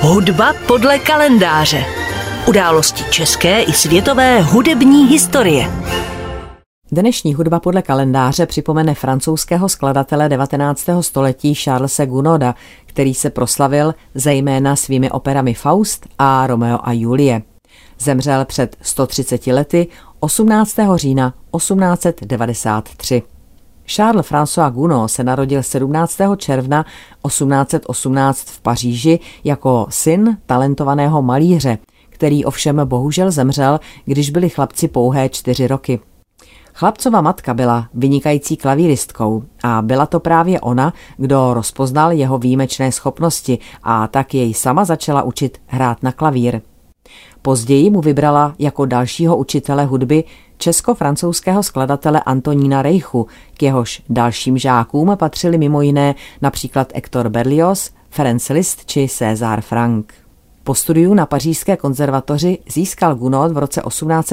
Hudba podle kalendáře. Události české i světové hudební historie. Dnešní hudba podle kalendáře připomene francouzského skladatele 19. století Charlese Gounoda, který se proslavil zejména svými operami Faust a Romeo a Julie. Zemřel před 130 lety 18. října 1893. Charles-François Gounod se narodil 17. června 1818 v Paříži jako syn talentovaného malíře, který ovšem bohužel zemřel, když byli chlapci pouhé 4 roky. Chlapcova matka byla vynikající klavíristkou a byla to právě ona, kdo rozpoznal jeho výjimečné schopnosti a tak jej sama začala učit hrát na klavír. Později mu vybrala jako dalšího učitele hudby česko-francouzského skladatele Antonína Reichu, k jehož dalším žákům patřili mimo jiné například Hector Berlioz, Ferenc Liszt či César Franck. Po studiu na Pařížské konzervatoři získal Gounod v roce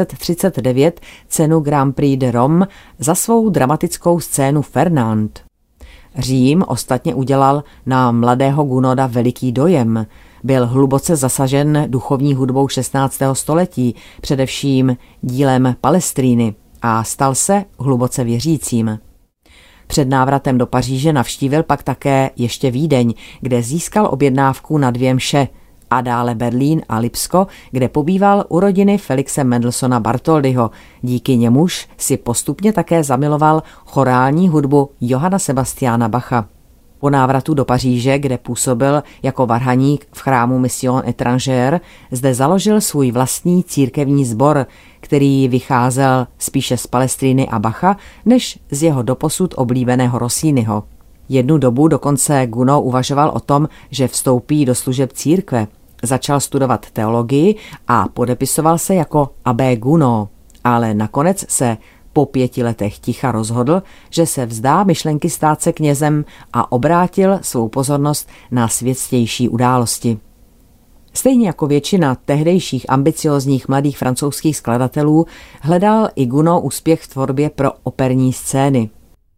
1839 cenu Grand Prix de Rome za svou dramatickou scénu Fernand. Řím ostatně udělal na mladého Gounoda veliký dojem. Byl hluboce zasažen duchovní hudbou 16. století, především dílem Palestríny, a stal se hluboce věřícím. Před návratem do Paříže navštívil pak také ještě Vídeň, kde získal objednávku na 2 mše, a dále Berlín a Lipsko, kde pobýval u rodiny Felixe Mendelssohna Bartholdyho, díky němuž si postupně také zamiloval chorální hudbu Johanna Sebastiana Bacha. Po návratu do Paříže, kde působil jako varhaník v chrámu Mission Étrangère, zde založil svůj vlastní církevní sbor, který vycházel spíše z Palestríny a Bacha, než z jeho doposud oblíbeného Rossiniho. Jednu dobu dokonce Gounod uvažoval o tom, že vstoupí do služeb církve. Začal studovat teologii a podepisoval se jako abbé Gounod, ale nakonec se po 5 letech ticha rozhodl, že se vzdá myšlenky stát se knězem a obrátil svou pozornost na světstější události. Stejně jako většina tehdejších ambiciózních mladých francouzských skladatelů hledal i Gounod úspěch v tvorbě pro operní scény.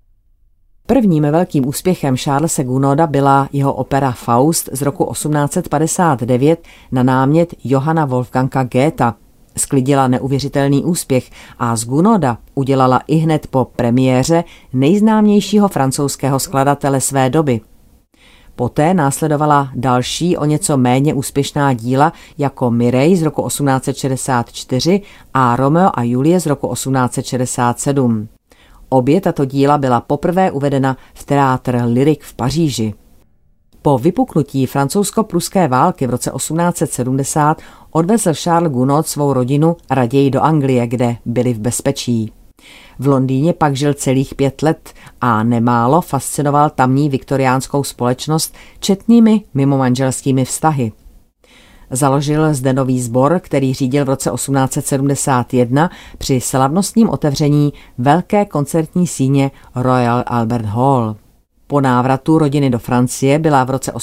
Prvním velkým úspěchem Charlese Gounoda byla jeho opera Faust z roku 1859 na námět Johanna Wolfganga Goetha. Sklidila neuvěřitelný úspěch a z Gounoda udělala ihned po premiéře nejznámějšího francouzského skladatele své doby. Poté následovala další o něco méně úspěšná díla jako Mireille z roku 1864 a Romeo a Julie z roku 1867. Obě tato díla byla poprvé uvedena v Théâtre Lyrique v Paříži. Po vypuknutí francouzsko-pruské války v roce 1870 odvezl Charles Gounod svou rodinu raději do Anglie, kde byli v bezpečí. V Londýně pak žil celých 5 let a nemálo fascinoval tamní viktoriánskou společnost četnými mimomanželskými vztahy. Založil zde nový sbor, který řídil v roce 1871 při slavnostním otevření velké koncertní síně Royal Albert Hall. Po návratu rodiny do Francie byla v roce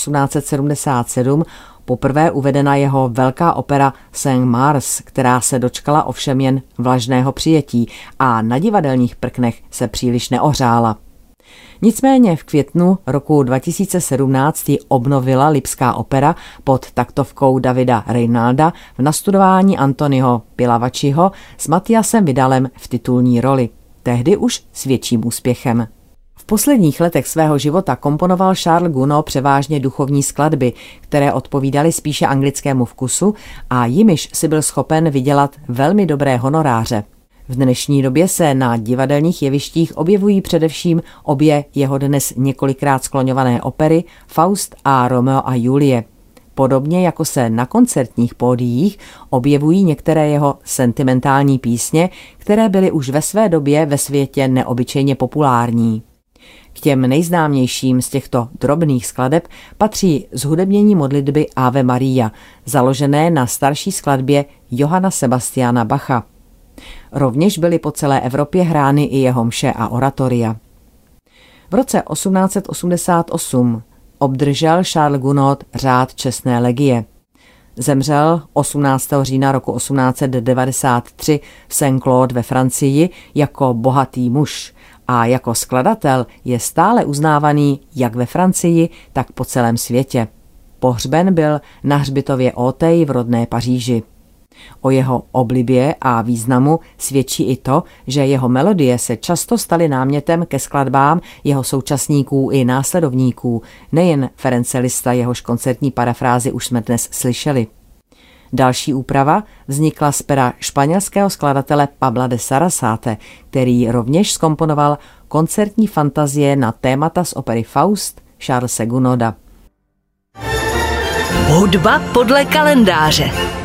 1877 poprvé uvedena jeho velká opera Saint-Mars, která se dočkala ovšem jen vlažného přijetí a na divadelních prknech se příliš neohřála. Nicméně v květnu roku 2017 ji obnovila Lipská opera pod taktovkou Davida Reinalda v nastudování Antoniho Pilavačiho s Matthiasem Vidalem v titulní roli, tehdy už s větším úspěchem. V posledních letech svého života komponoval Charles Gounod převážně duchovní skladby, které odpovídaly spíše anglickému vkusu a jimiž si byl schopen vydělat velmi dobré honoráře. V dnešní době se na divadelních jevištích objevují především obě jeho dnes několikrát skloňované opery Faust a Romeo a Julie. Podobně jako se na koncertních pódiích objevují některé jeho sentimentální písně, které byly už ve své době ve světě neobyčejně populární. K těm nejznámějším z těchto drobných skladeb patří zhudebnění modlitby Ave Maria, založené na starší skladbě Johanna Sebastiana Bacha. Rovněž byly po celé Evropě hrány i jeho mše a oratoria. V roce 1888 obdržel Charles Gounod řád čestné legie. Zemřel 18. října roku 1893 v Saint-Claude ve Francii jako bohatý muž a jako skladatel je stále uznávaný jak ve Francii, tak po celém světě. Pohřben byl na hřbitově Auteuil v rodné Paříži. O jeho oblibě a významu svědčí i to, že jeho melodie se často staly námětem ke skladbám jeho současníků i následovníků, nejen Ference Liszta, jehož koncertní parafrázi už jsme dnes slyšeli. Další úprava vznikla z pera španělského skladatele Pabla de Sarasate, který rovněž zkomponoval koncertní fantazie na témata z opery Faust Charlese Gounoda. Hudba podle kalendáře.